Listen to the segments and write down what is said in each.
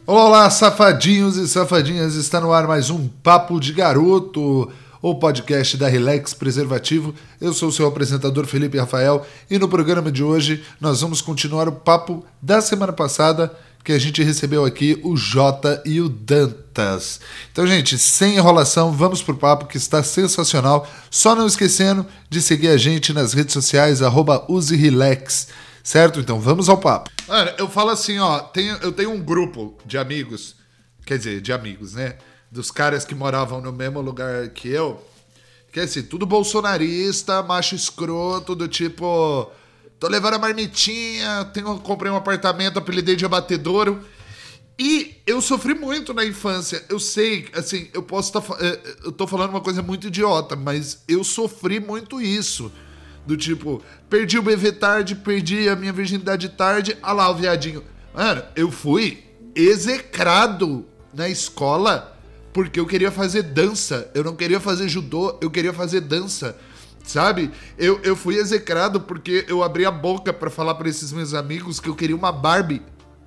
Olá, safadinhos e safadinhas, está no ar mais um Papo de Garoto, o podcast da Relax Preservativo. Eu sou o seu apresentador Felipe Rafael e no programa de hoje nós vamos continuar o papo da semana passada que a gente recebeu aqui o Jota e o Dantas. Então, gente, sem enrolação, vamos pro papo que está sensacional. Só não esquecendo de seguir a gente nas redes sociais, @userelax. Certo? Então vamos ao papo. Mano, eu falo assim, ó, eu tenho um grupo de amigos, quer dizer, de amigos, né? Dos caras que moravam no mesmo lugar que eu, que é assim, tudo bolsonarista, macho escroto, do tipo, tô levando a marmitinha, comprei um apartamento, apelidei de abatedouro. E eu sofri muito na infância. Eu sei, assim, eu tô falando uma coisa muito idiota, mas eu sofri muito isso. Do tipo, perdi o bebê tarde, perdi a minha virgindade tarde, ah lá o viadinho. Mano, eu fui execrado na escola porque eu queria fazer dança. Eu não queria fazer judô, eu queria fazer dança, sabe? Eu fui execrado porque eu abri a boca pra falar pra esses meus amigos que eu queria uma Barbie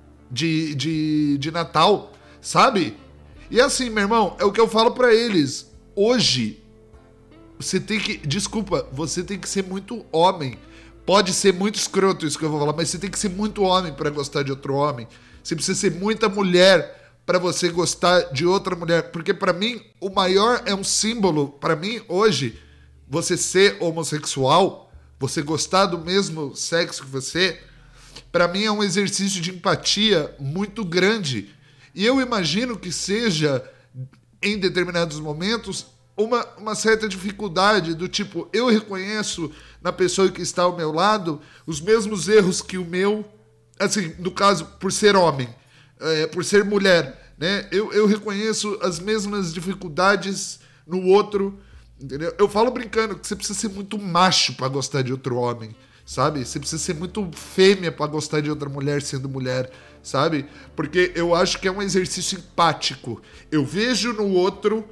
de Natal, sabe? E assim, meu irmão, é o que eu falo pra eles. Hoje, você tem que ser muito homem. Pode ser muito escroto isso que eu vou falar, mas você tem que ser muito homem pra gostar de outro homem. Você precisa ser muita mulher pra você gostar de outra mulher. Porque pra mim, o maior é um símbolo. Pra mim, hoje, você ser homossexual, você gostar do mesmo sexo que você, pra mim é um exercício de empatia muito grande. E eu imagino que seja, em determinados momentos, uma certa dificuldade do tipo, eu reconheço na pessoa que está ao meu lado os mesmos erros que o meu, assim, no caso, por ser homem, por ser mulher, né? Eu reconheço as mesmas dificuldades no outro, entendeu? Eu falo brincando que você precisa ser muito macho para gostar de outro homem, sabe? Você precisa ser muito fêmea para gostar de outra mulher sendo mulher, sabe? Porque eu acho que é um exercício empático. Eu vejo no outro,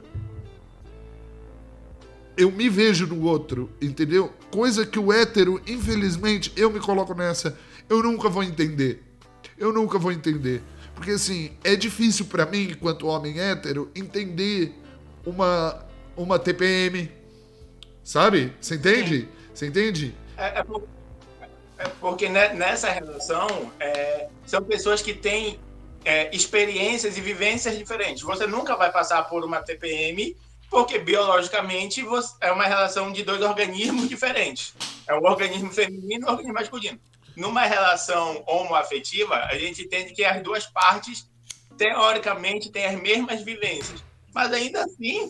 eu me vejo no outro, entendeu? Coisa que o hétero, infelizmente, eu me coloco nessa, eu nunca vou entender. Eu nunca vou entender. Porque, assim, é difícil pra mim, enquanto homem hétero, entender uma TPM, sabe? Você entende? Você entende? Porque nessa relação, são pessoas que têm experiências e vivências diferentes. Você nunca vai passar por uma TPM, porque biologicamente é uma relação de dois organismos diferentes. É um organismo feminino e um organismo masculino. Numa relação homoafetiva, a gente entende que as duas partes, teoricamente, têm as mesmas vivências. Mas ainda assim,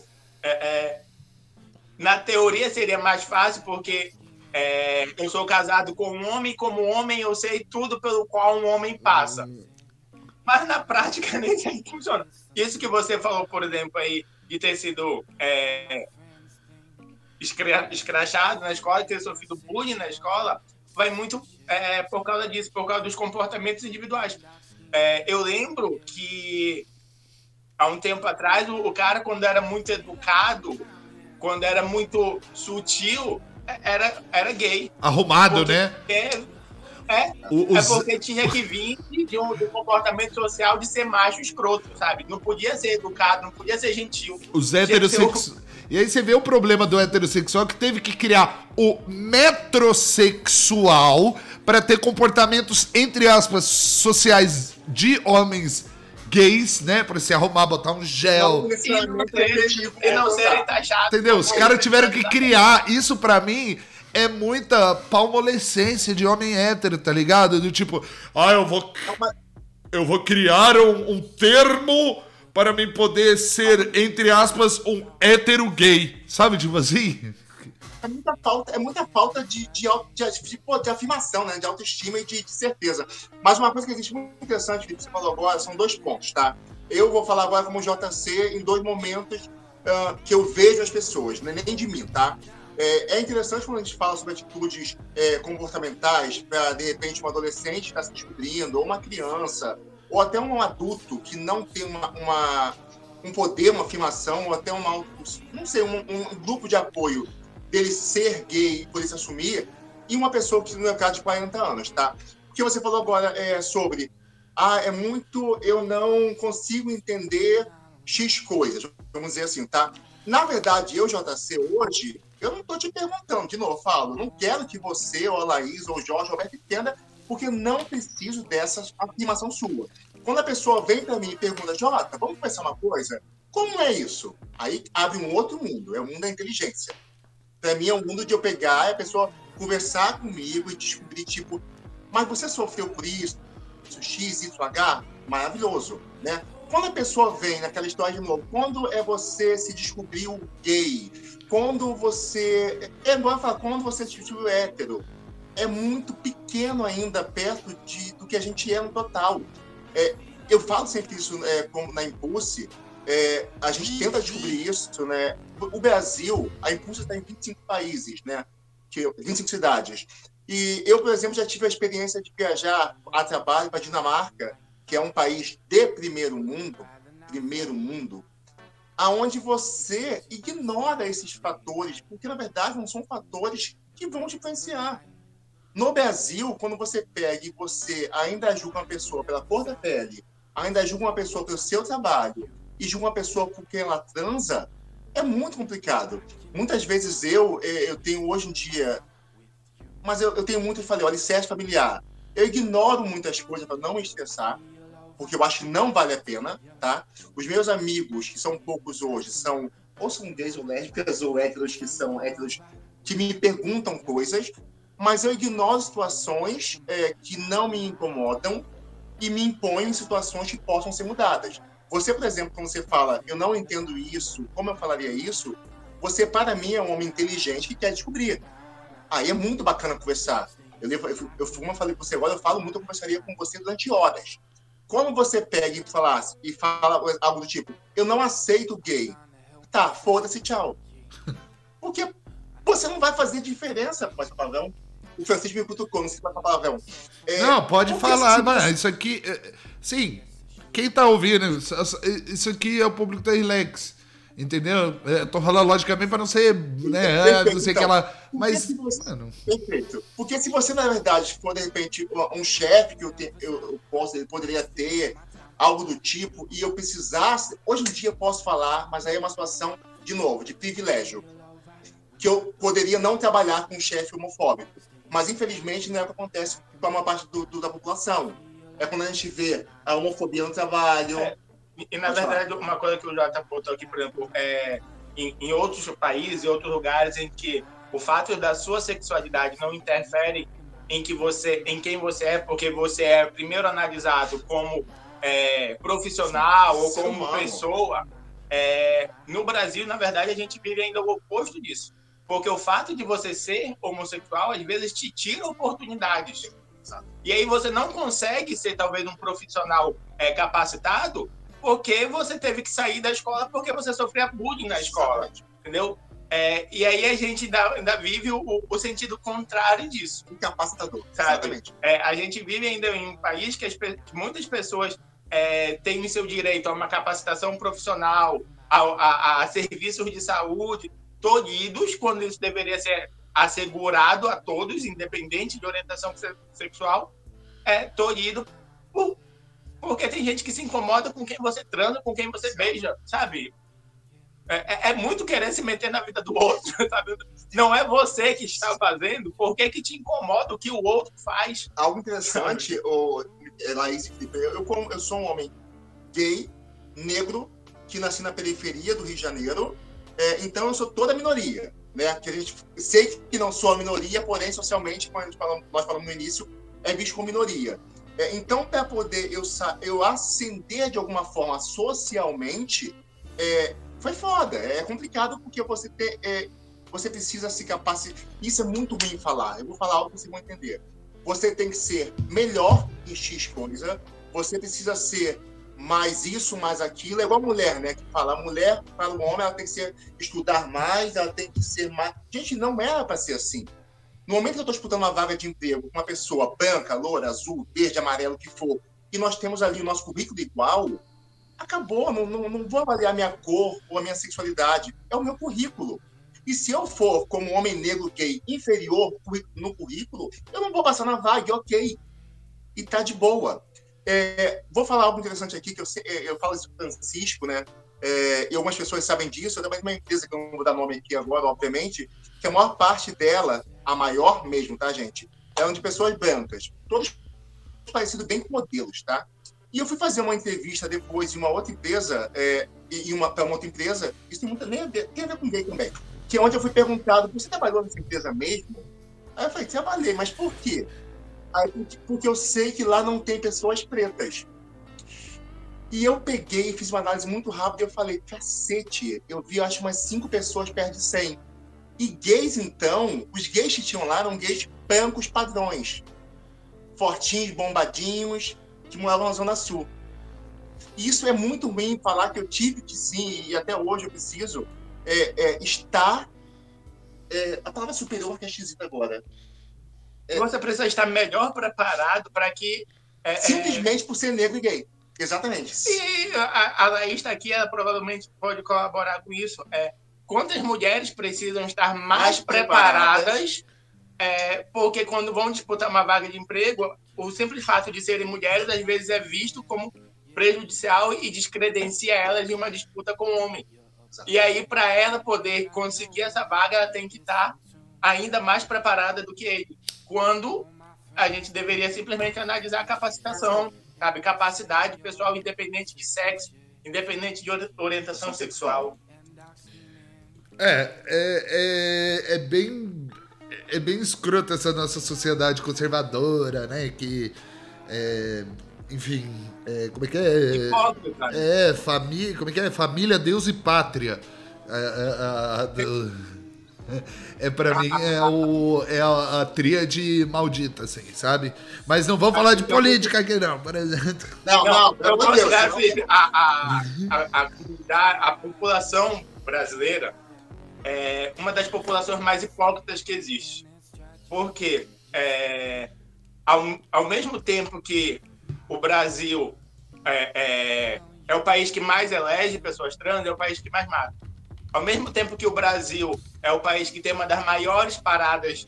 na teoria seria mais fácil, porque eu sou casado com um homem, como homem eu sei tudo pelo qual um homem passa. Mas na prática nem sempre funciona. Isso que você falou, por exemplo, aí, de ter sido escrachado na escola, ter sofrido bullying na escola, vai muito por causa disso, por causa dos comportamentos individuais. Eu lembro que, há um tempo atrás, o cara, quando era muito educado, quando era muito sutil, era gay. Arrumado, porque, né? Porque tinha que vir de um comportamento social de ser macho escroto, sabe? Não podia ser educado, não podia ser gentil. Os heterossexuais. E aí você vê o problema do heterossexual que teve que criar o metrosexual para ter comportamentos, entre aspas, sociais de homens gays, né? Pra se arrumar, botar um gel. E não serem taxados. Entendeu? Os caras tiveram que criar. Isso pra mim é muita palmolescência de homem hétero, tá ligado? Do tipo, eu vou criar um termo para mim poder ser, entre aspas, um hétero gay. Sabe, tipo assim? É muita falta de afirmação, né? De autoestima e de certeza. Mas uma coisa que existe muito interessante que você falou agora são dois pontos, tá? Eu vou falar agora como JC em dois momentos que eu vejo as pessoas, né? Nem de mim, tá? É interessante quando a gente fala sobre atitudes comportamentais para, de repente, um adolescente que está se descobrindo, ou uma criança, ou até um adulto que não tem um poder, uma afirmação, ou até um grupo de apoio dele ser gay e poder se assumir, e uma pessoa que, no caso, de 40 anos, tá? O que você falou agora sobre eu não consigo entender X coisas, vamos dizer assim, tá? Na verdade, eu, JC, hoje, eu não estou te perguntando, de novo, eu falo, não quero que você, ou a Laís, ou o Jorge, ou o Roberto entenda, porque não preciso dessa afirmação sua. Quando a pessoa vem para mim e pergunta, Jota, vamos conversar uma coisa? Como é isso? Aí abre um outro mundo, é o mundo da inteligência. Para mim é um mundo de eu pegar e a pessoa conversar comigo e descobrir, tipo, mas você sofreu por isso, X, Y, H? Maravilhoso, né? Quando a pessoa vem naquela história de novo, quando é você se descobriu gay, quando você... quando você se descobriu hétero, é muito pequeno ainda perto do que a gente é no total. Eu falo sempre isso como na Impulse, a gente tenta descobrir isso, né? O Brasil, a Impulse está em 25 países, né? 25 cidades. E eu, por exemplo, já tive a experiência de viajar a trabalho para a Dinamarca, que é um país de primeiro mundo, aonde você ignora esses fatores, porque, na verdade, não são fatores que vão te influenciar. No Brasil, quando você pega e você ainda julga uma pessoa pela cor da pele, ainda julga uma pessoa pelo seu trabalho e julga uma pessoa por quem ela transa, é muito complicado. Muitas vezes eu tenho hoje em dia... Mas eu tenho muito, eu falei, alicerce familiar. Eu ignoro muitas coisas para não me estressar, porque eu acho que não vale a pena, tá? Os meus amigos, que são poucos hoje, são gays ou lésbicas ou héteros, que são héteros, que me perguntam coisas, mas eu ignoro situações que não me incomodam e me impõem em situações que possam ser mudadas. Você, por exemplo, quando você fala, eu não entendo isso, como eu falaria isso? Você, para mim, é um homem inteligente que quer descobrir. Aí é muito bacana conversar. Eu falei para você agora, eu falo muito, eu conversaria com você durante horas. Quando você pega e fala algo do tipo, eu não aceito gay. Tá, foda-se, tchau. Porque você não vai fazer diferença, pode falar palavrão. O Francisco me cutucou, não sei se vai falar palavrão. Não, pode falar, mas isso aqui... Sim, quem tá ouvindo, isso aqui é o público da Relax. Entendeu? Tô falando logicamente para não ser, né? Não sei então, que ela. Mas. Perfeito. Porque se você, na verdade, for de repente um chefe que eu poderia ter, algo do tipo, e eu precisasse. Hoje em dia eu posso falar, mas aí é uma situação, de novo, de privilégio. Que eu poderia não trabalhar com um chefe homofóbico. Mas, infelizmente, não é o que acontece com a maior parte da população. É quando a gente vê a homofobia no trabalho. E, na verdade, uma coisa que o Jota botou aqui, por exemplo, em outros países, em outros lugares, em que o fato da sua sexualidade não interfere em quem você é, porque você é primeiro analisado como profissional ou como pessoa. No Brasil, na verdade, a gente vive ainda o oposto disso. Porque o fato de você ser homossexual, às vezes, te tira oportunidades. E aí você não consegue ser, talvez, um profissional capacitado, porque você teve que sair da escola porque você sofria bullying na escola, entendeu? E aí a gente ainda vive o sentido contrário disso. Incapacitador, exatamente. A gente vive ainda em um país que muitas pessoas têm o seu direito a uma capacitação profissional, a serviços de saúde, tolhidos, quando isso deveria ser assegurado a todos, independente de orientação sexual, tolhido porque tem gente que se incomoda com quem você transa, com quem você beija, sabe? É muito querer se meter na vida do outro, sabe? Não é você que está fazendo, por que te incomoda o que o outro faz? Algo interessante, Laís e Felipe, eu sou um homem gay, negro, que nasci na periferia do Rio de Janeiro, então eu sou toda minoria, né? Que a gente sei que não sou a minoria, porém, socialmente, como nós falamos no início, é visto como minoria. Então, para poder eu ascender de alguma forma socialmente, foi foda. É complicado porque você precisa se capacitar. Isso é muito ruim falar. Eu vou falar algo que vocês vão entender. Você tem que ser melhor em X coisa. Você precisa ser mais isso, mais aquilo. É igual a mulher, né? Que fala, a mulher, para o homem, ela tem que estudar mais, ela tem que ser mais... Gente, não era para ser assim. No momento que eu estou disputando uma vaga de emprego com uma pessoa branca, loura, azul, verde, amarelo, o que for, e nós temos ali o nosso currículo igual, acabou, não vou avaliar minha cor ou a minha sexualidade, é o meu currículo. E se eu for, como homem negro gay, inferior no currículo, eu não vou passar na vaga, ok. E tá de boa. Vou falar algo interessante aqui, que eu falo isso com o Francisco, né? E algumas pessoas sabem disso. Eu trabalho numa empresa que eu não vou dar nome aqui agora, obviamente, que a maior parte dela, a maior mesmo, tá, gente? É de pessoas brancas. Todos parecidos bem com modelos, tá? E eu fui fazer uma entrevista depois em uma outra empresa, para uma outra empresa, isso tem a ver com gay também, que é onde eu fui perguntado, você trabalhou nessa empresa mesmo? Aí eu falei, trabalhei, mas por quê? Aí, porque eu sei que lá não tem pessoas pretas. E eu peguei e fiz uma análise muito rápida e eu falei, cacete, eu vi acho umas 5 pessoas perto de 100. E gays, então, os gays que tinham lá eram gays brancos padrões, fortinhos, bombadinhos, que moravam na Zona Sul. E isso é muito ruim falar que eu tive que sim, e até hoje eu preciso estar... a palavra superior que é esquisita agora. Você precisa estar melhor preparado para que... simplesmente por ser negro e gay. Exatamente. E a Laís está aqui, ela provavelmente pode colaborar com isso. Quantas mulheres precisam estar mais preparadas? Porque quando vão disputar uma vaga de emprego, o simples fato de serem mulheres, às vezes, é visto como prejudicial e descredencia elas em uma disputa com o homem. E aí, para ela poder conseguir essa vaga, ela tem que estar ainda mais preparada do que ele. Quando a gente deveria simplesmente analisar a capacitação, sabe? Capacidade pessoal, independente de sexo, independente de orientação sexual. É bem escroto essa nossa sociedade conservadora, né? Que, enfim, como é que é? Hipócrita. Família, como é que é? Família, Deus e Pátria. Pra mim é a tríade maldita, assim, sabe? Mas não vamos falar de política aqui, não, por exemplo. Não, eu considero, Felipe, a população brasileira é uma das populações mais hipócritas que existe. Porque ao mesmo tempo que o Brasil é o país que mais elege pessoas trans, é o país que mais mata. Ao mesmo tempo que o Brasil é o país que tem uma das maiores paradas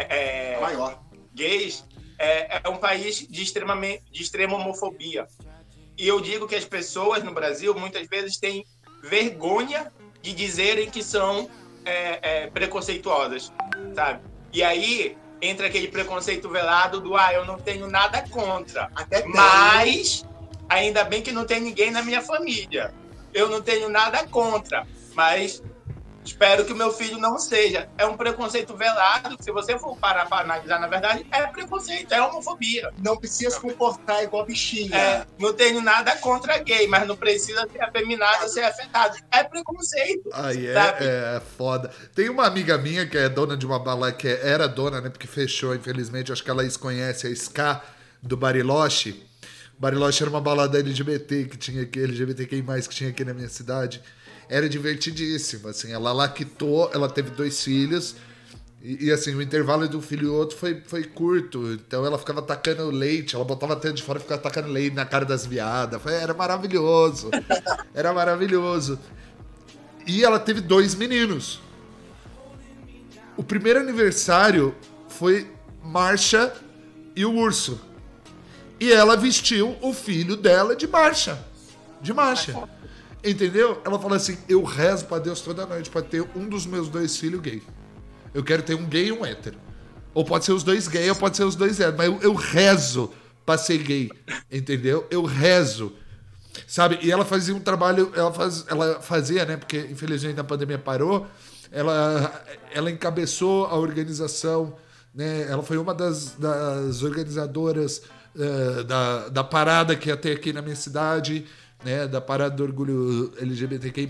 gays, é um país de extrema homofobia. E eu digo que as pessoas no Brasil muitas vezes têm vergonha de dizerem que são preconceituosas, sabe? E aí entra aquele preconceito velado do eu não tenho nada contra, mas ainda bem que não tem ninguém na minha família. Eu não tenho nada contra, mas espero que o meu filho não seja. É um preconceito velado, que se você for parar para analisar, na verdade, é preconceito, é homofobia. Não precisa se comportar igual bichinha. Não tenho nada contra gay, mas não precisa ser afeminado, ser afetado. É preconceito. Aí é foda. Tem uma amiga minha que é dona de uma balada, que era dona, né, porque fechou, infelizmente, acho que a Laís conhece, a Ska, do Bariloche. Bariloche era uma balada LGBT que tinha aqui, LGBTQI+, que tinha aqui na minha cidade. Era divertidíssima, assim, ela lactou, ela teve 2 filhos, e assim, o intervalo de um filho e outro foi curto, então ela ficava tacando leite, ela botava a tela de fora e ficava tacando leite na cara das viadas, era maravilhoso, era maravilhoso. E ela teve 2 meninos. O primeiro aniversário foi Marcha e o Urso, e ela vestiu o filho dela de Marcha. Entendeu? Ela fala assim, eu rezo pra Deus toda noite pra ter um dos meus 2 filhos gay. Eu quero ter um gay e um hétero. Ou pode ser os 2 gays, ou pode ser os 2 héteros. Mas eu rezo pra ser gay. Entendeu? Eu rezo. Sabe? E ela fazia um trabalho... Ela fazia, né? Porque infelizmente a pandemia parou. Ela encabeçou a organização, né? Ela foi uma das organizadoras da parada que ia ter aqui na minha cidade, né, da parada do orgulho LGBTQI+.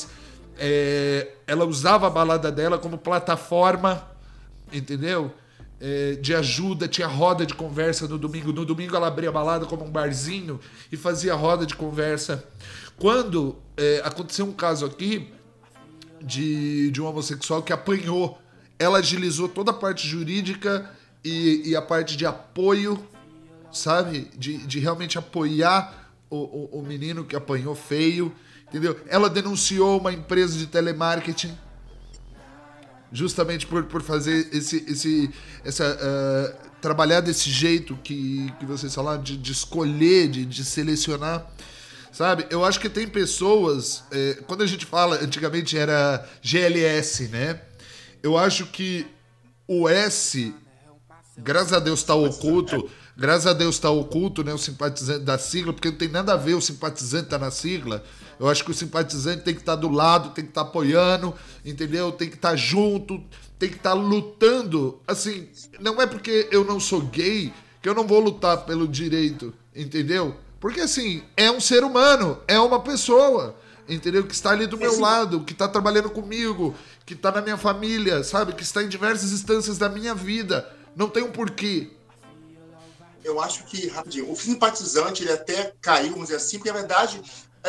Ela usava a balada dela como plataforma, entendeu? De ajuda, tinha roda de conversa no domingo. No domingo ela abria a balada como um barzinho e fazia roda de conversa. Quando aconteceu um caso aqui de um homossexual que apanhou, ela agilizou toda a parte jurídica e a parte de apoio, sabe? De realmente apoiar o menino que apanhou feio, entendeu? Ela denunciou uma empresa de telemarketing justamente por fazer trabalhar desse jeito que vocês falaram, de escolher, de selecionar, sabe? Eu acho que tem pessoas... quando a gente fala, antigamente era GLS, né? Eu acho que o S, graças a Deus tá oculto, né, o simpatizante da sigla, porque não tem nada a ver o simpatizante tá na sigla. Eu acho que o simpatizante tem que estar do lado, tem que estar apoiando, entendeu? Tem que estar junto, tem que estar lutando. Assim, não é porque eu não sou gay que eu não vou lutar pelo direito, entendeu? Porque, assim, é um ser humano, é uma pessoa, entendeu? Que está ali do meu lado, que está trabalhando comigo, que está na minha família, sabe? Que está em diversas instâncias da minha vida. Não tem um porquê. Eu acho que, rapidinho, o simpatizante, ele até caiu, vamos dizer assim, porque, na verdade,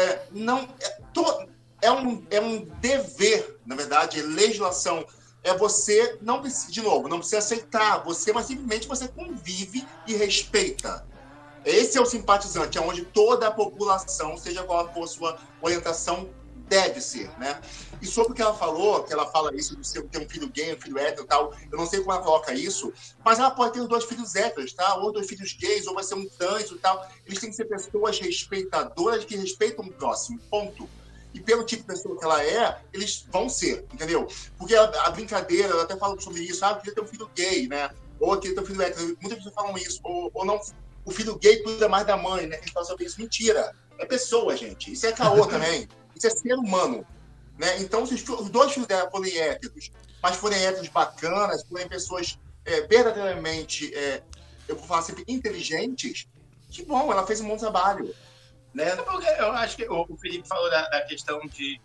é um dever, na verdade, legislação. É você, não precisa aceitar você, mas simplesmente você convive e respeita. Esse é o simpatizante, é onde toda a população, seja qual for a sua orientação, deve ser, né? E sobre o que ela falou, que ela fala isso de ter um filho gay, um filho hétero e tal, eu não sei como ela coloca isso, mas ela pode ter 2 filhos héteros, tá? Ou 2 filhos gays, ou vai ser um trans e tal. Eles têm que ser pessoas respeitadoras que respeitam o próximo, ponto. E pelo tipo de pessoa que ela é, eles vão ser, entendeu? Porque a brincadeira, eu até falo sobre isso, eu queria ter um filho gay, né? Ou eu queria ter um filho hétero. Muitas pessoas falam isso, ou não, o filho gay cuida mais da mãe, né? A gente fala sobre isso. Mentira. É pessoa, gente. Isso é caô também. Isso é ser humano, né? Então, se os 2 filhos dela forem héteros, mas forem héteros bacanas, forem pessoas verdadeiramente, eu vou falar sempre, inteligentes, que bom, ela fez um bom trabalho. Né? Porque eu acho que o Felipe falou da questão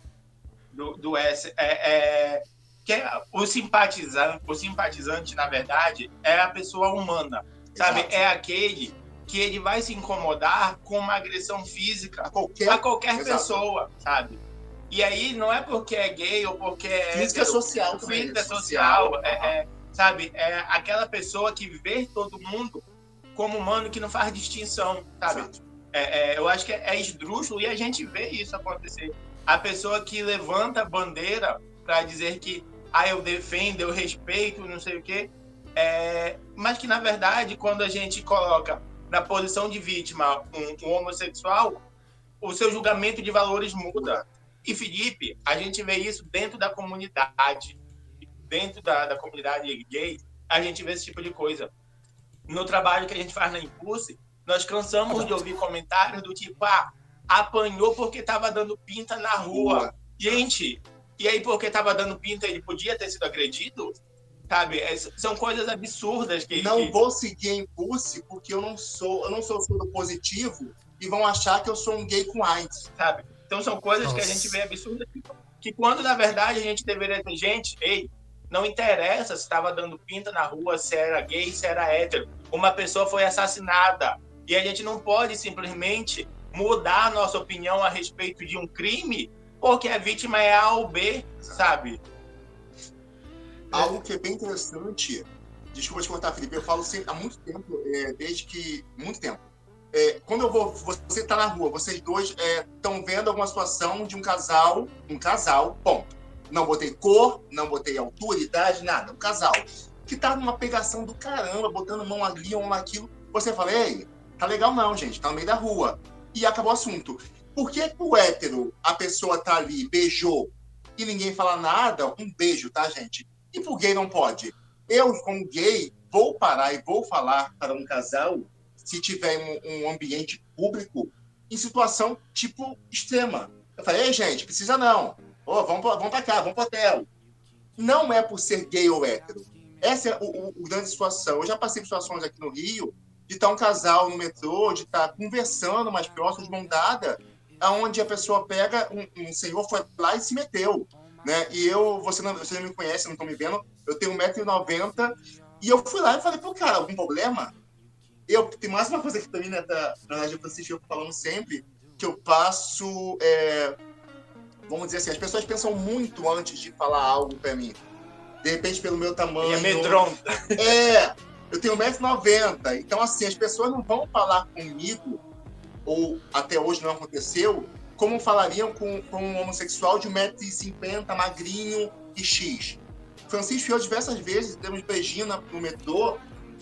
do S. Que o simpatizante, na verdade, é a pessoa humana. Sabe? Exato. É aquele que ele vai se incomodar com uma agressão física a qualquer pessoa, sabe? E aí não é porque é gay ou porque é física social também. Física social, sabe? É aquela pessoa que vê todo mundo como humano, que não faz distinção, sabe? Eu acho que é esdrúxulo e a gente vê isso acontecer. A pessoa que levanta a bandeira para dizer que eu defendo, eu respeito, não sei o quê, mas que, na verdade, quando a gente coloca na posição de vítima um homossexual, o seu julgamento de valores muda. E, Felipe, a gente vê isso dentro da comunidade. Dentro da comunidade gay, a gente vê esse tipo de coisa. No trabalho que a gente faz na Impulse, nós cansamos de ouvir comentários do tipo, apanhou porque estava dando pinta na rua. Gente, e aí porque estava dando pinta ele podia ter sido agredido? Sabe? São coisas absurdas que... Vou seguir a Impulse porque eu não sou soro positivo e vão achar que eu sou um gay com AIDS. Sabe? Então são coisas que a gente vê absurdas que quando, na verdade, a gente deveria ter... Gente, não interessa se estava dando pinta na rua, se era gay, se era hétero. Uma pessoa foi assassinada. E a gente não pode simplesmente mudar a nossa opinião a respeito de um crime porque a vítima é A ou B, sabe? Algo que é bem interessante, desculpa te contar, Felipe, eu falo sempre há muito tempo, muito tempo. Quando você está na rua, vocês dois estão vendo alguma situação de um casal, ponto. Não botei cor, não botei altura, idade, nada, um casal que tá numa pegação do caramba, botando mão ali, mão naquilo, você fala, tá legal não, gente, tá no meio da rua. E acabou o assunto. Por que o hétero, a pessoa tá ali, beijou, e ninguém fala nada? Um beijo, tá, gente? E por gay não pode? Eu, como gay, vou parar e vou falar para um casal, se tiver um ambiente público, em situação, tipo, extrema. Eu falei, gente, precisa não. Vamos pra cá, vamos pro hotel. Não é por ser gay ou hétero. Essa é o grande situação. Eu já passei por situações aqui no Rio, de estar um casal no metrô, de estar conversando mais próximo, de mão dada, onde a pessoa pega, um senhor foi lá e se meteu. Né? E você não me conhece, não estão me vendo, eu tenho 1,90 m, e eu fui lá e falei, cara, algum problema? Tem mais uma coisa aqui também, né, na Rádio Francisco, eu falando sempre, que eu passo, vamos dizer assim, as pessoas pensam muito antes de falar algo para mim. De repente, pelo meu tamanho... E amedronta. Eu tenho 1,90 m, então assim, as pessoas não vão falar comigo, ou até hoje não aconteceu, como falariam com um homossexual de 1,50 m, magrinho e X. Francisco e eu, diversas vezes, demos beijinho no metrô,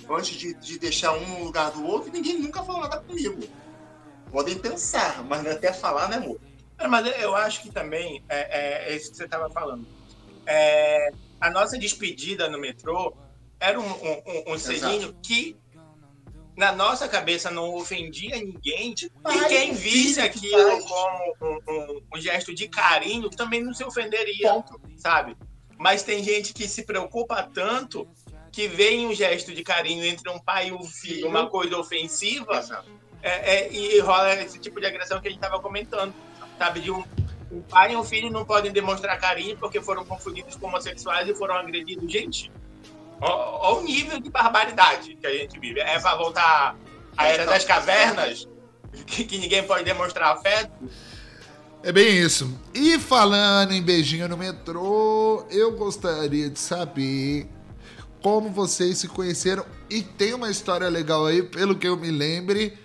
antes de deixar um no lugar do outro, e ninguém nunca falou nada comigo. Podem pensar, mas não é até falar, né, amor? Mas eu acho que também é isso que você estava falando. A nossa despedida no metrô era um selinho que na nossa cabeça não ofendia ninguém, e quem visse aquilo como um gesto de carinho também não se ofenderia, sabe? Mas tem gente que se preocupa tanto que vê em um gesto de carinho entre um pai e um filho uma coisa ofensiva, e rola esse tipo de agressão que a gente estava comentando, sabe? De um pai e um filho não podem demonstrar carinho porque foram confundidos com homossexuais e foram agredidos. Gente, olha o nível de barbaridade que a gente vive. É para voltar à Era das Cavernas, que ninguém pode demonstrar afeto? É bem isso. E falando em beijinho no metrô, eu gostaria de saber como vocês se conheceram. E tem uma história legal aí, pelo que eu me lembre.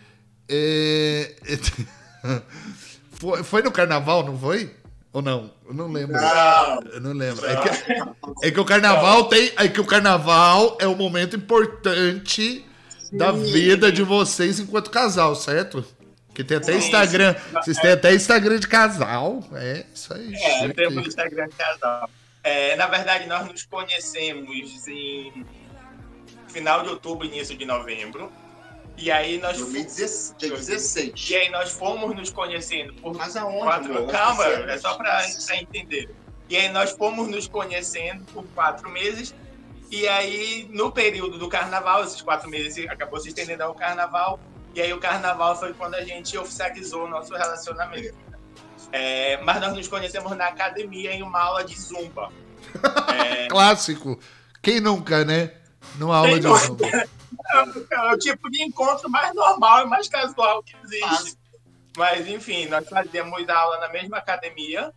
Foi no carnaval, não foi? Ou não? Eu não lembro. Eu não lembro. É que o carnaval tem. É que o carnaval é um momento importante da vida de vocês enquanto casal, certo? Que tem até Instagram. Vocês têm até Instagram de casal. É, isso aí. Temos Instagram de casal. Na verdade, nós nos conhecemos em final de outubro, início de novembro. E aí nós 2016. E aí nós fomos nos conhecendo por Mas aonde? 4... Calma, é só para entender. E aí nós fomos nos conhecendo por 4 meses. E aí, no período do carnaval, esses 4 meses acabou se estendendo ao carnaval. E aí o carnaval foi quando a gente oficializou o nosso relacionamento. Mas nós nos conhecemos na academia em uma aula de zumba. Clássico. Quem nunca, né? Numa aula de zumba. É o tipo de encontro mais normal e mais casual que existe. Mas, enfim, nós fazíamos aula na mesma academia.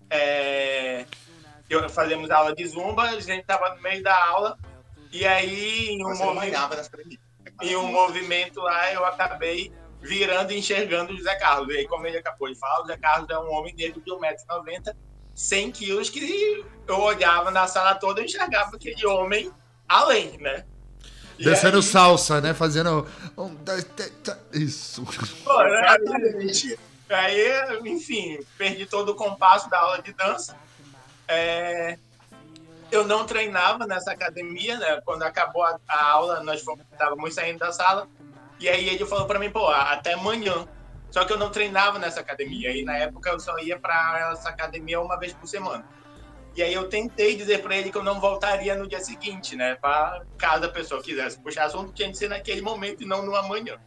Fazíamos aula de zumba, a gente estava no meio da aula. E aí, em um movimento lá, eu acabei virando e enxergando o José Carlos. E aí, como ele acabou de falar, o José Carlos é um homem negro de 1,90 m, 100 quilos, que eu olhava na sala toda e enxergava aquele homem além, né? Descendo salsa, né? Fazendo... Isso. Exatamente. Aí, enfim, perdi todo o compasso da aula de dança. Eu não treinava nessa academia, né? Quando acabou a aula, nós estávamos saindo da sala. E aí ele falou pra mim, até amanhã. Só que eu não treinava nessa academia. E na época eu só ia pra essa academia uma vez por semana. E aí eu tentei dizer pra ele que eu não voltaria no dia seguinte, né? Pra caso a pessoa quisesse puxar assunto, tinha de ser naquele momento e não no amanhã.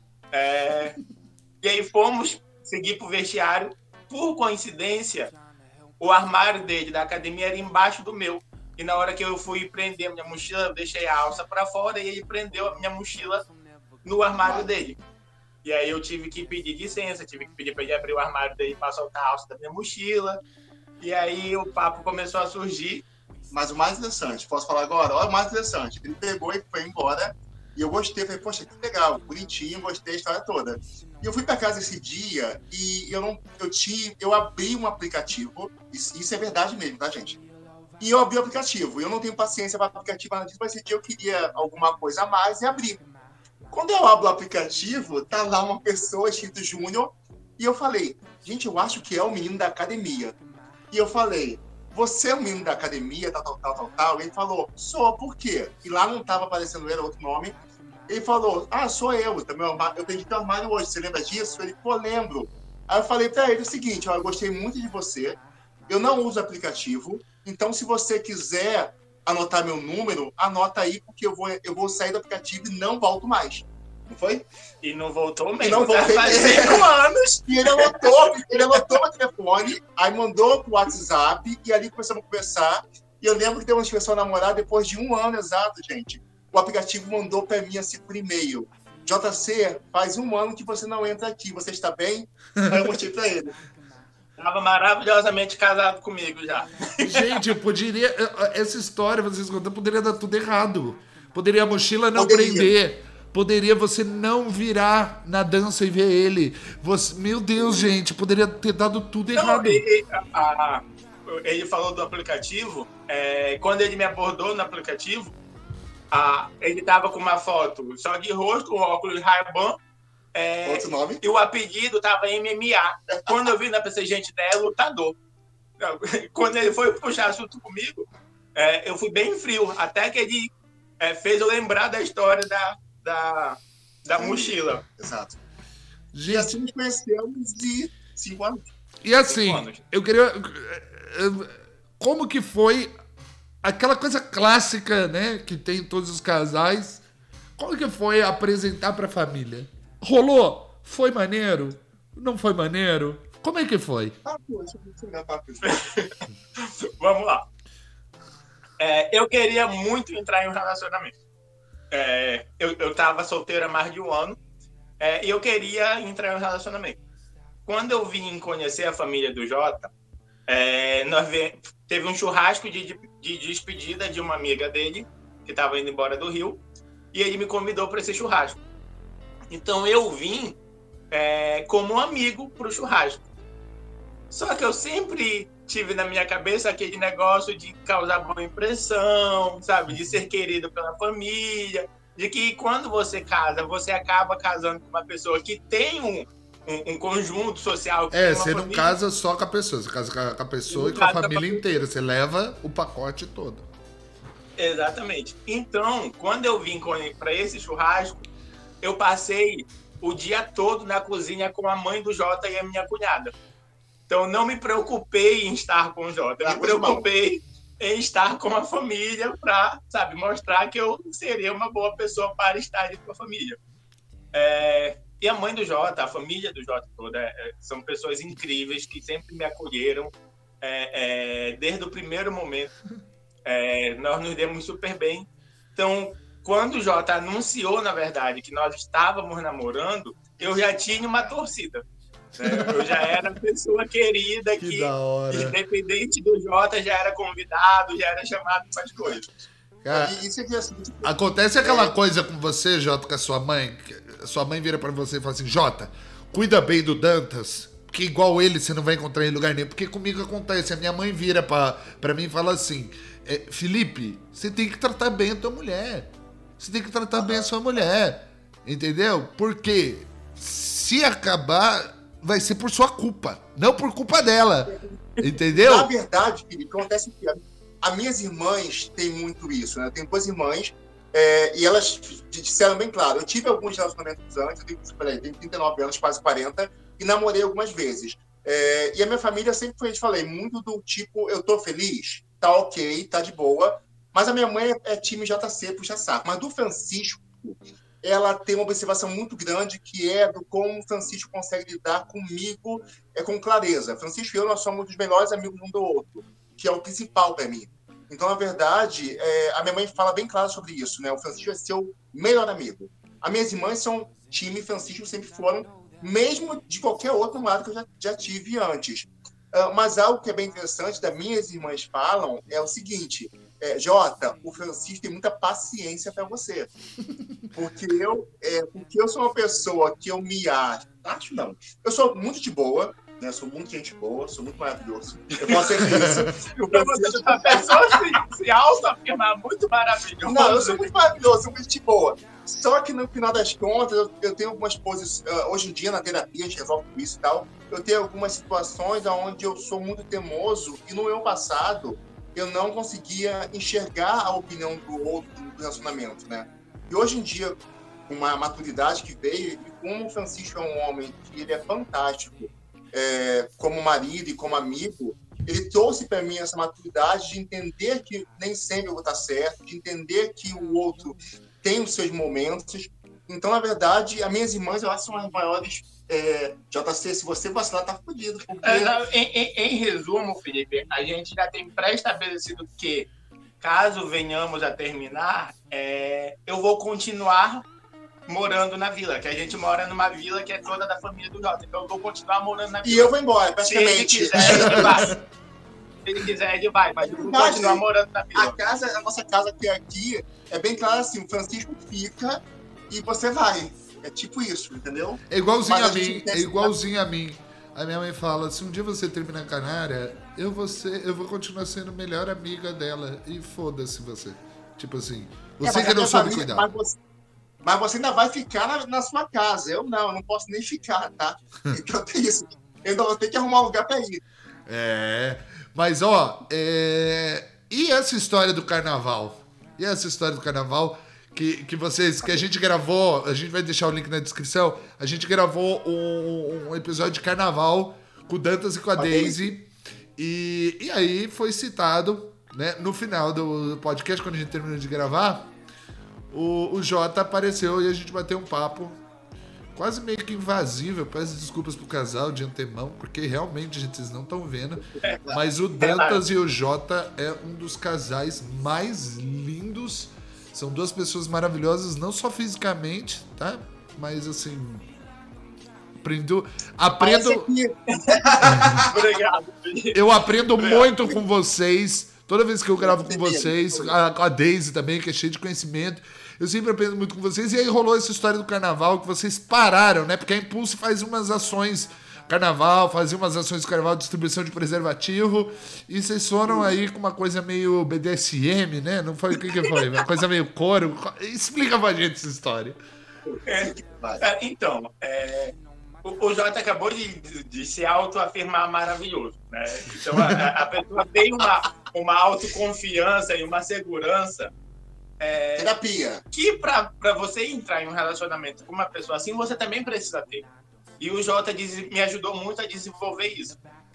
E aí fomos seguir pro vestiário. Por coincidência, o armário dele da academia era embaixo do meu. E na hora que eu fui prender a minha mochila, eu deixei a alça pra fora e ele prendeu a minha mochila no armário dele. E aí eu tive que pedir licença, tive que pedir pra ele abrir o armário dele pra soltar a alça da minha mochila. E aí o papo começou a surgir. Mas o mais interessante, posso falar agora? Olha o mais interessante. Ele pegou e foi embora. E eu gostei, falei, poxa, que legal, bonitinho, gostei da história toda. E eu fui para casa esse dia e eu abri um aplicativo, isso é verdade mesmo, tá, gente? E eu abri o aplicativo, eu não tenho paciência para aplicativo, mas esse dia eu queria alguma coisa a mais e abri. Quando eu abro o aplicativo, tá lá uma pessoa escrito Júnior, e eu falei, gente, eu acho que é o menino da academia. E eu falei, você é o menino da academia, tal. Ele falou, sou, por quê? E lá não estava aparecendo ele, outro nome. Ele falou, sou eu perdi teu armário hoje, você lembra disso? Ele, lembro. Aí eu falei pra ele o seguinte, eu gostei muito de você, eu não uso aplicativo, então se você quiser anotar meu número, anota aí, porque eu vou sair do aplicativo e não volto mais. Não foi? E não voltou mesmo. E não voltei faz 5 anos. E ele anotou meu telefone, aí mandou pro WhatsApp, e ali começamos a conversar. E eu lembro que deu uma inscrição namorada depois de 1 ano exato, gente. O aplicativo mandou para mim assim por e-mail. JC, faz 1 ano que você não entra aqui, você está bem? Aí eu mostrei para ele. Estava maravilhosamente casado comigo já. Gente, essa história, vocês contando, poderia dar tudo errado. Poderia a mochila não prender. Poderia você não virar na dança e ver ele. Meu Deus, gente, poderia ter dado tudo errado. Ele falou do aplicativo. Quando ele me abordou no aplicativo, ele tava com uma foto só de rosto, um óculos Ray-Ban, Outro nome? e o apelido tava MMA. Quando eu vi, eu pensei, gente, é lutador. Quando ele foi puxar assunto comigo, eu fui bem frio, até que ele fez eu lembrar da história da mochila. Exato. Gente, E assim nos conhecemos de 5 anos. e assim, eu queria... Como que foi aquela coisa clássica, né, que tem em todos os casais? Como que foi apresentar pra família? Rolou? Foi maneiro? Não foi maneiro? Como é que foi? Vamos lá. Eu queria muito entrar em um relacionamento. Eu tava solteiro há mais de um ano e eu queria entrar em um relacionamento. Quando eu vim conhecer a família do Jota, teve um churrasco de despedida de uma amiga dele, que estava indo embora do Rio, e ele me convidou para esse churrasco. Então eu vim como um amigo para o churrasco. Só que eu sempre tive na minha cabeça aquele negócio de causar boa impressão, sabe? De ser querido pela família, de que quando você casa, você acaba casando com uma pessoa que tem um conjunto social. Você não casa só com a pessoa, você casa com a pessoa e com a família inteira. Você leva o pacote todo. Exatamente. Então, quando eu vim para esse churrasco, eu passei o dia todo na cozinha com a mãe do Jota e a minha cunhada. Então, não me preocupei em estar com o Jota. Me preocupei em estar com a família para, sabe, mostrar que eu seria uma boa pessoa para estar com a família. E a mãe do Jota, a família do Jota toda, são pessoas incríveis que sempre me acolheram desde o primeiro momento. Nós nos demos super bem. Então, quando o Jota anunciou, na verdade, que nós estávamos namorando, eu já tinha uma torcida. Eu já era pessoa querida que independente do Jota, já era convidado, já era chamado para as coisas. Cara, acontece aquela coisa com você, Jota, com a sua mãe. Sua mãe vira pra você e fala assim: Jota, cuida bem do Dantas, porque igual ele você não vai encontrar em lugar nenhum. Porque comigo acontece, a minha mãe vira pra mim e fala assim: Felipe, você tem que tratar bem a tua mulher. Você tem que tratar bem a sua mulher. Entendeu? Porque se acabar, vai ser por sua culpa, não por culpa dela. Entendeu? Na verdade, Felipe, acontece que as minhas irmãs têm muito isso, né? Eu tenho 2 irmãs e elas disseram bem claro, eu tive alguns relacionamentos antes, eu tenho 39 anos, quase 40, e namorei algumas vezes. E a minha família sempre foi, falei, muito do tipo, eu tô feliz, tá ok, tá de boa, mas a minha mãe é time JC, puxa saco. Mas do Francisco, ela tem uma observação muito grande que é do como o Francisco consegue lidar comigo com clareza. Francisco e eu, nós somos os melhores amigos um do outro, que é o principal para mim. Então, na verdade, a minha mãe fala bem claro sobre isso, né? O Francisco é seu melhor amigo. As minhas irmãs são time Francisco, sempre foram, mesmo de qualquer outro lado que eu já tive antes. Mas algo que é bem interessante, das minhas irmãs falam, é o seguinte: Jota, o Francisco tem muita paciência para você. Porque eu sou uma pessoa que eu me acho não. Eu sou muito de boa, né? Sou muito gente boa, sou muito maravilhoso. Eu posso ser isso. A pessoa se auto-afirma muito maravilhoso. Não, eu sou muito maravilhoso, sou muito de boa. Só que no final das contas, eu tenho algumas posições. Hoje em dia, na terapia, a gente resolve isso e tal. Eu tenho algumas situações onde eu sou muito teimoso e no meu passado eu não conseguia enxergar a opinião do outro do relacionamento, né? E hoje em dia, com uma maturidade que veio, e como o Francisco é um homem que ele é fantástico, como marido e como amigo, ele trouxe para mim essa maturidade de entender que nem sempre eu vou estar certo, de entender que o outro tem os seus momentos. Então, na verdade, as minhas irmãs, eu acho, são as maiores. JC, se você vacilar, tá fodido. Porque... Em resumo, Felipe, a gente já tem pré-estabelecido que, caso venhamos a terminar, eu vou continuar morando na vila, que a gente mora numa vila que é toda da família do Jota. Então eu vou continuar morando na vila. E eu vou embora, praticamente. Se ele quiser, ele vai, mas eu vou continuar morando na vila. A nossa casa que é aqui é bem claro assim, o Francisco fica e você vai. É tipo isso, entendeu? É igualzinho a mim. A minha mãe fala, se um dia você terminar com a Nara, eu vou continuar sendo a melhor amiga dela. E foda-se você. Tipo assim, você que não soube cuidar. Mas você ainda vai ficar na sua casa. Eu não posso nem ficar, tá? Então tem isso. Eu ainda vou ter que arrumar um lugar pra ir. Mas ó, e essa história do carnaval? Que a gente gravou, a gente vai deixar o link na descrição, a gente gravou um episódio de carnaval com o Dantas e com a Daisy, e aí foi citado, né, no final do podcast, quando a gente terminou de gravar, o Jota apareceu e a gente bateu um papo quase meio que invasivo. Eu peço desculpas pro casal de antemão, porque realmente, gente, vocês não estão vendo, mas o Dantas e o Jota é um dos casais mais lindos. São duas pessoas maravilhosas, não só fisicamente, tá? Mas assim, aprendo. Obrigado. Eu aprendo muito com vocês. Toda vez que eu gravo com vocês, a Daisy também, que é cheia de conhecimento, eu sempre aprendo muito com vocês. E aí rolou essa história do carnaval, que vocês pararam, né? Porque a Impulse faz umas ações carnaval, fazia umas ações de carnaval, distribuição de preservativo, e vocês foram aí com uma coisa meio BDSM, né? Não foi o que foi? Uma coisa meio coro. Explica pra gente essa história. Então, o Jota acabou de se autoafirmar maravilhoso, né? Então a pessoa tem uma autoconfiança e uma segurança. Terapia. Que para você entrar em um relacionamento com uma pessoa assim, você também precisa ter. E o Jota me ajudou muito a desenvolver isso.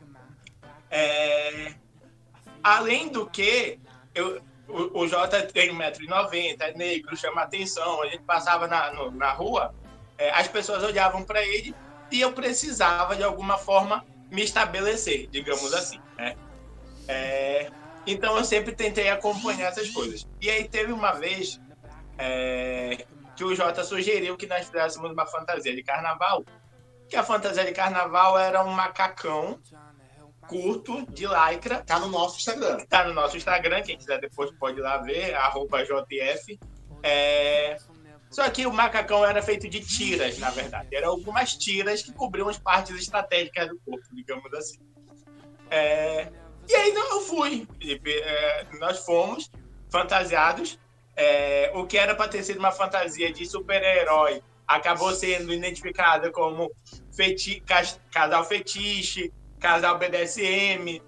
Além do que, o Jota tem 1,90 m, é negro, chama atenção. A gente passava na rua, as pessoas olhavam para ele e eu precisava, de alguma forma, me estabelecer, digamos assim, né? Então, eu sempre tentei acompanhar essas coisas. E aí, teve uma vez que o Jota sugeriu que nós fizéssemos uma fantasia de carnaval, que a fantasia de carnaval era um macacão curto, de lycra. Tá no nosso Instagram. Tá no nosso Instagram, quem quiser depois pode ir lá ver, @JF. Só que o macacão era feito de tiras, na verdade. Eram algumas tiras que cobriam as partes estratégicas do corpo, digamos assim. E aí eu fui. Nós fomos fantasiados. O que era para ter sido uma fantasia de super-herói acabou sendo identificada como casal fetiche, casal BDSM,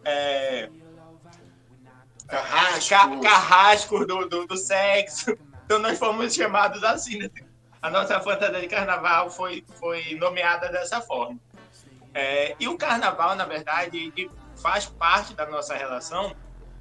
carrasco do sexo. Então nós fomos chamados assim, né? A nossa fantasia de carnaval foi nomeada dessa forma. E o carnaval, na verdade, ele faz parte da nossa relação,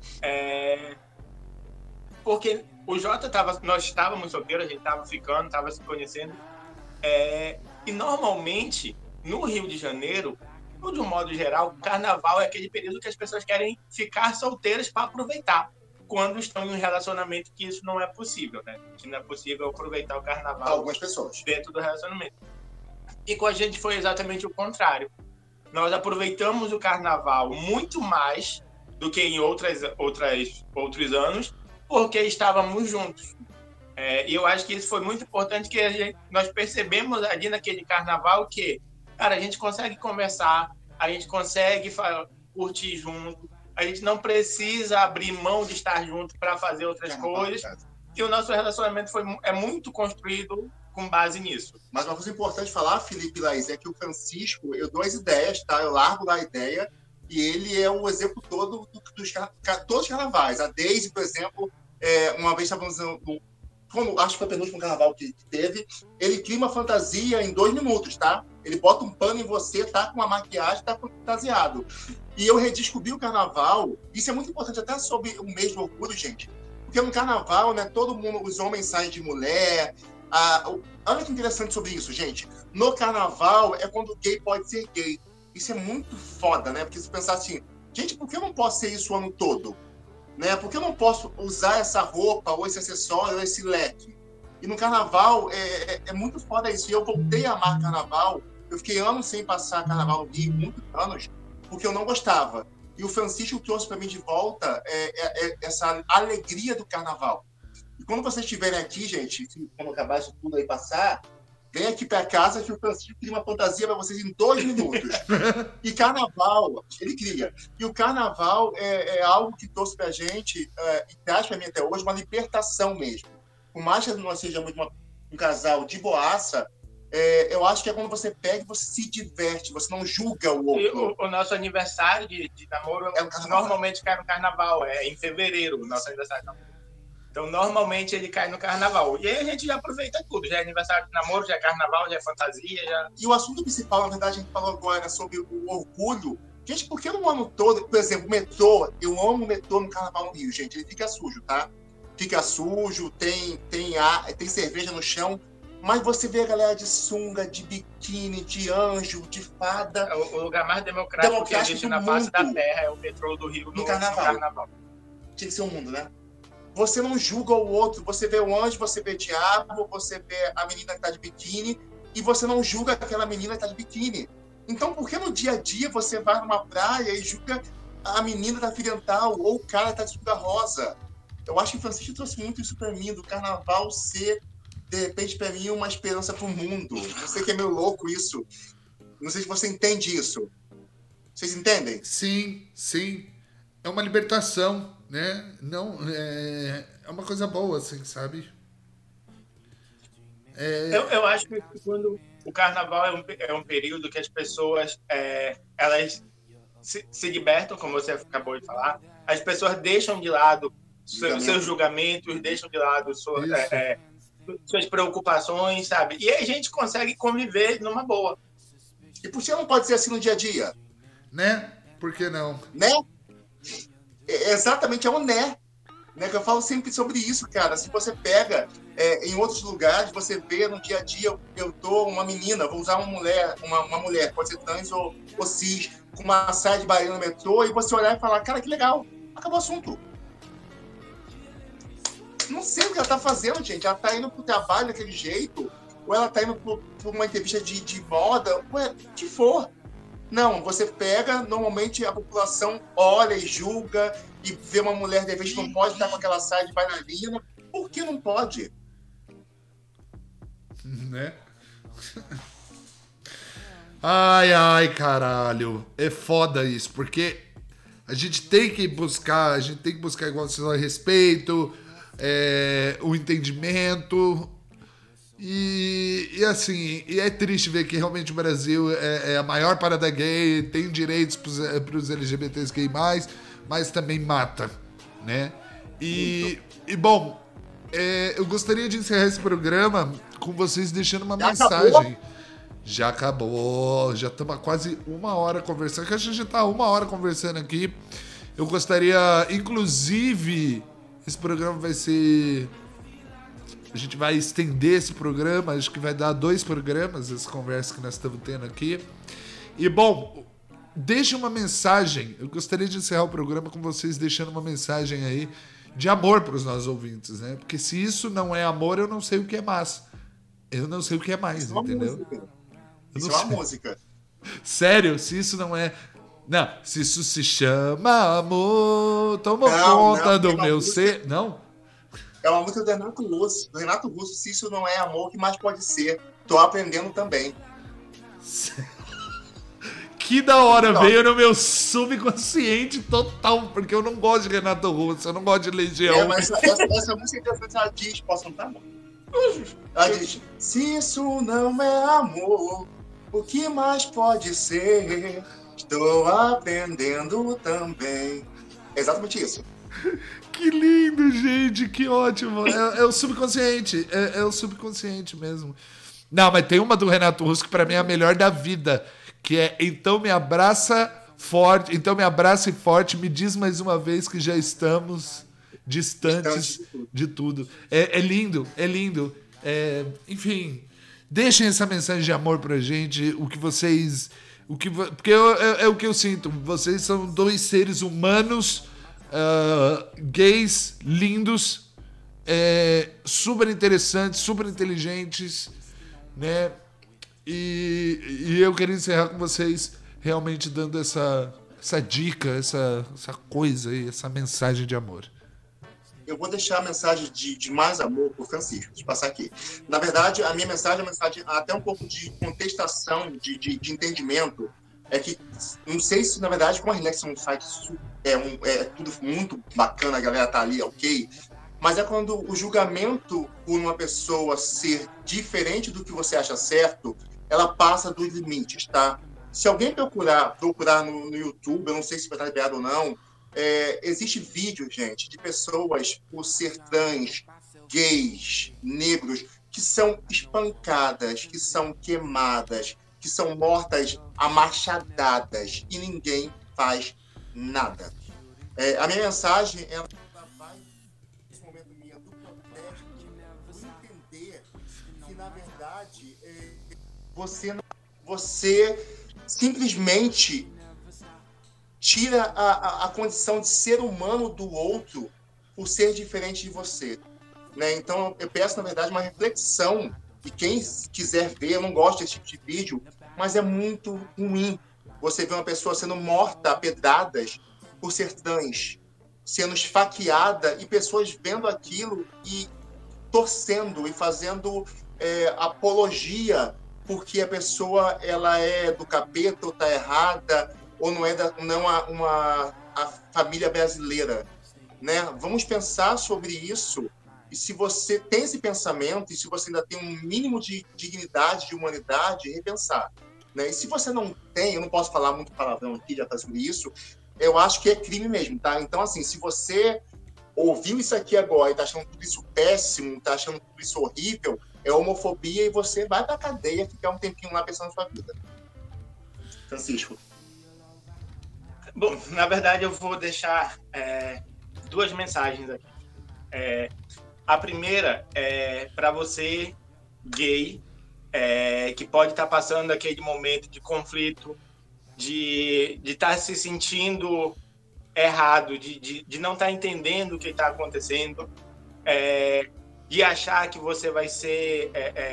porque o Jota nós estávamos solteiros, a gente estava ficando, estava se conhecendo, e normalmente no Rio de Janeiro, de um modo geral, o carnaval é aquele período que as pessoas querem ficar solteiras para aproveitar, quando estão em um relacionamento que isso não é possível, né? Que não é possível aproveitar o carnaval. Algumas pessoas. Dentro do relacionamento. E com a gente foi exatamente o contrário. Nós aproveitamos o carnaval muito mais do que em outros anos, porque estávamos juntos. E eu acho que isso foi muito importante, que nós percebemos ali naquele carnaval que, cara, a gente consegue conversar, a gente consegue curtir junto, a gente não precisa abrir mão de estar junto para fazer outras coisas. E o nosso relacionamento é muito construído com base nisso. Mas uma coisa importante falar, Felipe e Laís, é que o Francisco, eu dou as ideias, tá? Eu largo lá a ideia e ele é o executor dos todos os carnavais. A Daisy, por exemplo, uma vez estávamos acho que foi o penúltimo carnaval que teve, ele cria uma fantasia em 2 minutos, tá? Ele bota um pano em você, tá com uma maquiagem, tá fantasiado. E eu redescobri o carnaval, isso é muito importante até sobre o mês do orgulho, gente. Porque no carnaval, né, todo mundo, os homens saem de mulher. Olha que interessante sobre isso, gente. No carnaval é quando o gay pode ser gay. Isso é muito foda, né? Porque se pensar assim, gente, por que eu não posso ser isso o ano todo? Né? Por que eu não posso usar essa roupa, ou esse acessório, ou esse leque? E no carnaval é muito foda isso. E eu voltei a amar carnaval. Eu fiquei anos sem passar carnaval no Rio, muitos anos, porque eu não gostava. E o Francisco trouxe para mim de volta essa alegria do carnaval. E quando vocês estiverem aqui, gente, quando acabar isso tudo aí passar, Vem aqui para casa que o Francisco cria uma fantasia para vocês em 2 minutos. E carnaval, ele cria. E o carnaval é algo que trouxe para a gente, e traz para mim até hoje, uma libertação mesmo. Por mais que nós sejamos um casal de boaça, eu acho que é quando você pega e você se diverte, você não julga o outro. O nosso aniversário de namoro normalmente cai no carnaval, em fevereiro, o nosso aniversário de namoro. Então, normalmente ele cai no carnaval. E aí a gente já aproveita tudo. Já é aniversário de namoro, já é carnaval, já é fantasia. Já... E o assunto principal, na verdade, a gente falou agora sobre o orgulho. Gente, por que no ano todo, por exemplo, o metrô, eu amo o metrô no carnaval no Rio, gente. Ele fica sujo, tá? Fica sujo, tem cerveja no chão. Mas você vê a galera de sunga, de biquíni, de anjo, de fada. O lugar mais democrático que existe na face da Terra é o metrô do Rio no carnaval. Tinha que ser um mundo, né? Você não julga o outro. Você vê o anjo, você vê o diabo, você vê a menina que tá de biquíni e você não julga aquela menina que tá de biquíni. Então, por que no dia a dia você vai numa praia e julga a menina da fio dental ou o cara que tá de sunga rosa? Eu acho que o Francisco trouxe muito isso pra mim, do carnaval ser, de repente, pra mim, uma esperança pro mundo. Eu sei que é meio louco isso. Não sei se você entende isso. Vocês entendem? Sim, sim. É uma libertação, né? Não, é uma coisa boa, assim, sabe? Eu acho que quando o carnaval é um período que as pessoas elas se libertam, como você acabou de falar. As pessoas deixam de lado seus julgamentos, deixam de lado suas preocupações, sabe? E aí a gente consegue conviver numa boa. E por que não pode ser assim no dia a dia? Né? Por que não? Né? Exatamente, é um né? Que eu falo sempre sobre isso, cara. Se você pega em outros lugares, você vê no dia a dia, eu tô uma menina, vou usar uma mulher, pode ser trans ou cis, com uma saia de baiana no metrô, e você olhar e falar, cara, que legal, acabou o assunto. Não sei o que ela tá fazendo, gente. Ela tá indo pro trabalho daquele jeito, ou ela tá indo pra uma entrevista de moda, que for. Não, você pega, normalmente a população olha e julga e vê uma mulher, de repente, não pode estar com aquela saia de bailarina. Por que não pode? Né? Ai, caralho. É foda isso, porque a gente tem que buscar, igual você falou, respeito, o entendimento. E assim, é triste ver que realmente o Brasil é a maior parada gay, tem direitos pros LGBTs gay+, mas também mata, né? E bom, eu gostaria de encerrar esse programa com vocês deixando uma mensagem. Já acabou, já estamos há quase 1 hora conversando, que a gente está 1 hora conversando aqui. Eu gostaria, inclusive, esse programa vai ser... A gente vai estender esse programa, acho que vai dar 2 programas, essa conversa que nós estamos tendo aqui. E, bom, deixe uma mensagem. Eu gostaria de encerrar o programa com vocês deixando uma mensagem aí de amor para os nossos ouvintes, né? Porque se isso não é amor, eu não sei o que é mais. Eu não sei o que é mais, entendeu? Isso é uma música. Sério? Se isso não é... Não, se isso se chama amor, toma conta do meu ser... Não? É uma música do Renato Russo. Do Renato Russo, se isso não é amor, o que mais pode ser? Tô aprendendo também. Que da hora, veio no meu subconsciente total, porque eu não gosto de Renato Russo, eu não gosto de Legião. Mas essa música que ela diz, posso cantar? Ela diz, se isso não é amor, o que mais pode ser? Estou aprendendo também. É exatamente isso. Que lindo, gente, que ótimo. É o subconsciente, é o subconsciente mesmo. Não, mas tem uma do Renato Russo que pra mim é a melhor da vida, que é Então me abraça forte, então me abraça e forte, me diz mais uma vez que já estamos distantes de tudo. É lindo, é lindo. Enfim, deixem essa mensagem de amor pra gente, o que vocês... porque é o que eu sinto, vocês são 2 seres humanos... gays lindos, super interessantes, super inteligentes, né? E eu queria encerrar com vocês realmente dando essa dica, essa coisa aí, essa mensagem de amor. eu vou deixar a mensagem de mais amor para o Francisco, deixa eu passar aqui. Na verdade, a minha mensagem é uma mensagem até um pouco de contestação, de entendimento, é que, não sei se, na verdade, como a Relax é um site é tudo muito bacana, a galera tá ali, ok, mas é quando o julgamento por uma pessoa ser diferente do que você acha certo, ela passa dos limites, tá? Se alguém procurar no YouTube, eu não sei se vai estar liberado ou não, existe vídeo, gente, de pessoas por ser trans, gays, negros, que são espancadas, que são queimadas, que são mortas a machadadas e ninguém faz nada. A minha mensagem ela vai nesse momento minha do protesto, do entender que na verdade você simplesmente tira a condição de ser humano do outro por ser diferente de você, né? Então eu peço na verdade uma reflexão. E quem quiser ver, eu não gosto desse tipo de vídeo, mas é muito ruim você ver uma pessoa sendo morta a pedradas por ser trans, sendo esfaqueada, e pessoas vendo aquilo e torcendo e fazendo apologia porque a pessoa ela é do capeta ou está errada, ou não é a família brasileira, né? Vamos pensar sobre isso. E se você tem esse pensamento, e se você ainda tem um mínimo de dignidade, de humanidade, repensar, né? E se você não tem, eu não posso falar muito palavrão aqui, já está sobre isso, eu acho que é crime mesmo, tá? Então, assim, se você ouviu isso aqui agora e está achando tudo isso péssimo, está achando tudo isso horrível, é homofobia e você vai para a cadeia ficar um tempinho lá pensando na sua vida. Francisco. Bom, na verdade, eu vou deixar duas mensagens aqui. A primeira é para você, gay, que pode estar passando aquele momento de conflito, de estar se sentindo errado, de não estar entendendo o que está acontecendo, de achar que você vai ser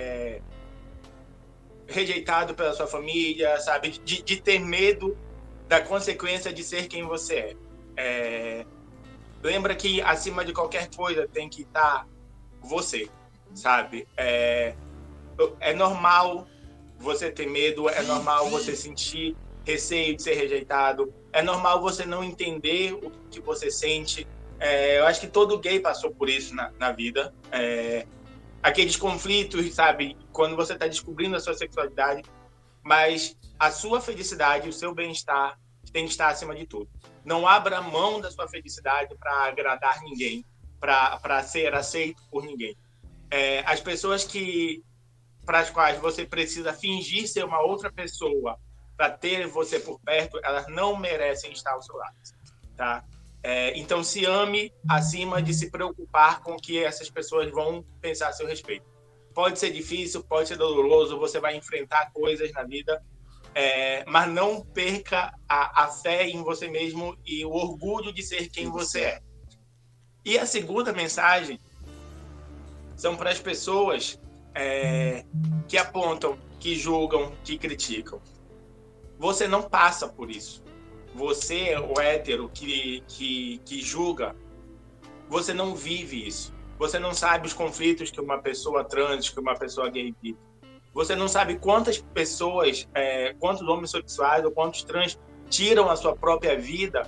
rejeitado pela sua família, sabe? De ter medo da consequência de ser quem você é. Lembra que acima de qualquer coisa tem que estar você, sabe? É normal você ter medo, é normal você sentir receio de ser rejeitado, é normal você não entender o que você sente. Eu acho que todo gay passou por isso na vida. Aqueles conflitos, sabe? Quando você está descobrindo a sua sexualidade, mas a sua felicidade, o seu bem-estar tem que estar acima de tudo. Não abra mão da sua felicidade para agradar ninguém, para ser aceito por ninguém. As pessoas para as quais você precisa fingir ser uma outra pessoa para ter você por perto, elas não merecem estar ao seu lado, tá? Então se ame acima de se preocupar com o que essas pessoas vão pensar a seu respeito. Pode ser difícil, pode ser doloroso, você vai enfrentar coisas na vida, mas não perca a fé em você mesmo e o orgulho de ser quem você é. E a segunda mensagem são para as pessoas que apontam, que julgam, que criticam. Você não passa por isso. Você, o hétero que julga, você não vive isso. Você não sabe os conflitos que uma pessoa trans, que uma pessoa gay vive. Você não sabe quantas pessoas, quantos homossexuais ou quantos trans tiram a sua própria vida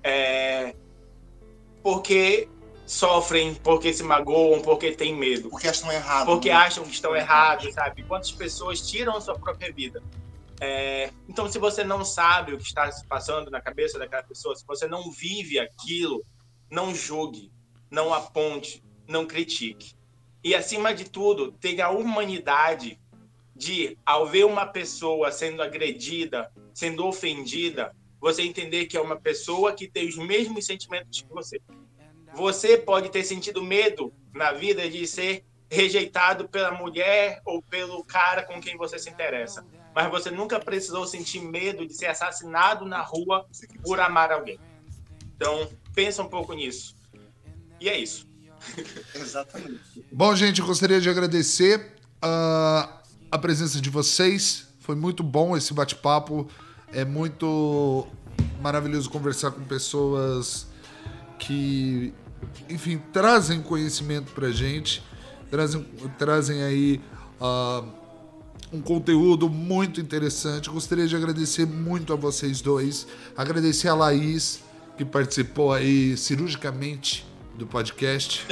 porque sofrem, porque se magoam, porque têm medo. Porque acham errado. Porque acham que estão errados, sabe? Quantas pessoas tiram a sua própria vida. Então, se você não sabe o que está se passando na cabeça daquela pessoa, se você não vive aquilo, não julgue, não aponte, não critique. E, acima de tudo, tenha a humanidade de, ao ver uma pessoa sendo agredida, sendo ofendida, você entender que é uma pessoa que tem os mesmos sentimentos que você. Você pode ter sentido medo na vida de ser rejeitado pela mulher ou pelo cara com quem você se interessa, mas você nunca precisou sentir medo de ser assassinado na rua por amar alguém. Então, pensa um pouco nisso. E é isso. Exatamente. Bom, gente, eu gostaria de agradecer a presença de vocês. Foi muito bom esse bate-papo. É muito maravilhoso conversar com pessoas que enfim, trazem conhecimento pra gente, trazem aí um conteúdo muito interessante. Gostaria de agradecer muito a vocês dois, agradecer a Laís, que participou aí cirurgicamente do podcast.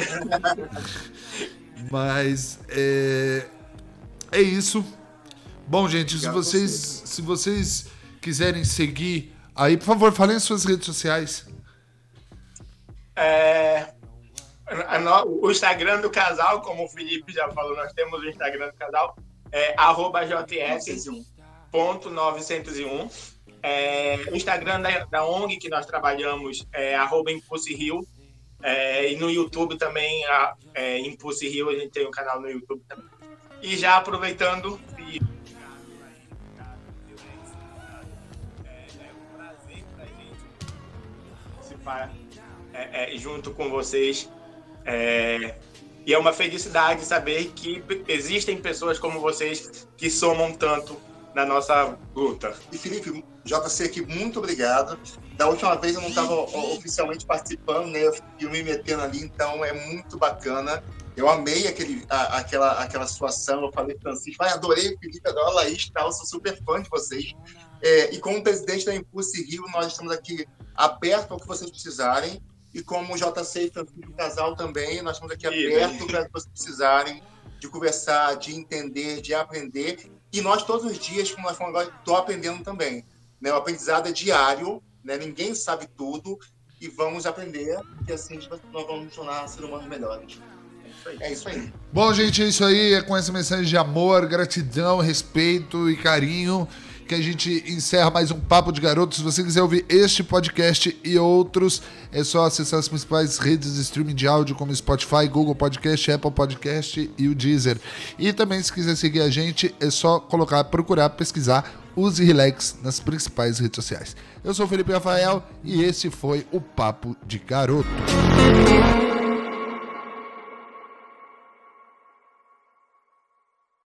Mas é isso. Bom, gente, se vocês quiserem seguir aí, por favor, falem as suas redes sociais. O Instagram do casal, como o Felipe já falou, nós temos o Instagram do casal, @js.901. O Instagram da ONG que nós trabalhamos é @Impulse Rio. E no YouTube também, Impulse Rio, a gente tem um canal no YouTube também. E já aproveitando, é um prazer pra gente participar junto com vocês. E é uma felicidade saber que existem pessoas como vocês que somam tanto na nossa luta. E Felipe, JC aqui, muito obrigado. Da última vez eu não estava oficialmente participando, né? Eu me metendo ali, então é muito bacana. Eu amei aquela situação. Eu falei, Francisco, adorei o Felipe, adoro a Laís, tal, sou super fã de vocês. E como presidente da Impulse Rio, nós estamos aqui abertos ao que vocês precisarem. E como o JC e Francisco Casal também, nós estamos aqui abertos para o que vocês precisarem, de conversar, de entender, de aprender. E nós todos os dias, como nós falamos agora, estou aprendendo também. Né? O aprendizado é diário, né? Ninguém sabe tudo, e vamos aprender, e assim nós vamos nos tornar seres humanos melhores. É isso aí. Bom, gente, é isso aí. É com essa mensagem de amor, gratidão, respeito e carinho que a gente encerra mais um Papo de Garoto. Se você quiser ouvir este podcast e outros, é só acessar as principais redes de streaming de áudio como Spotify, Google Podcast, Apple Podcast e o Deezer. E também, se quiser seguir a gente, é só procurar, pesquisar Use Relax nas principais redes sociais. Eu sou o Felipe Rafael e esse foi o Papo de Garoto.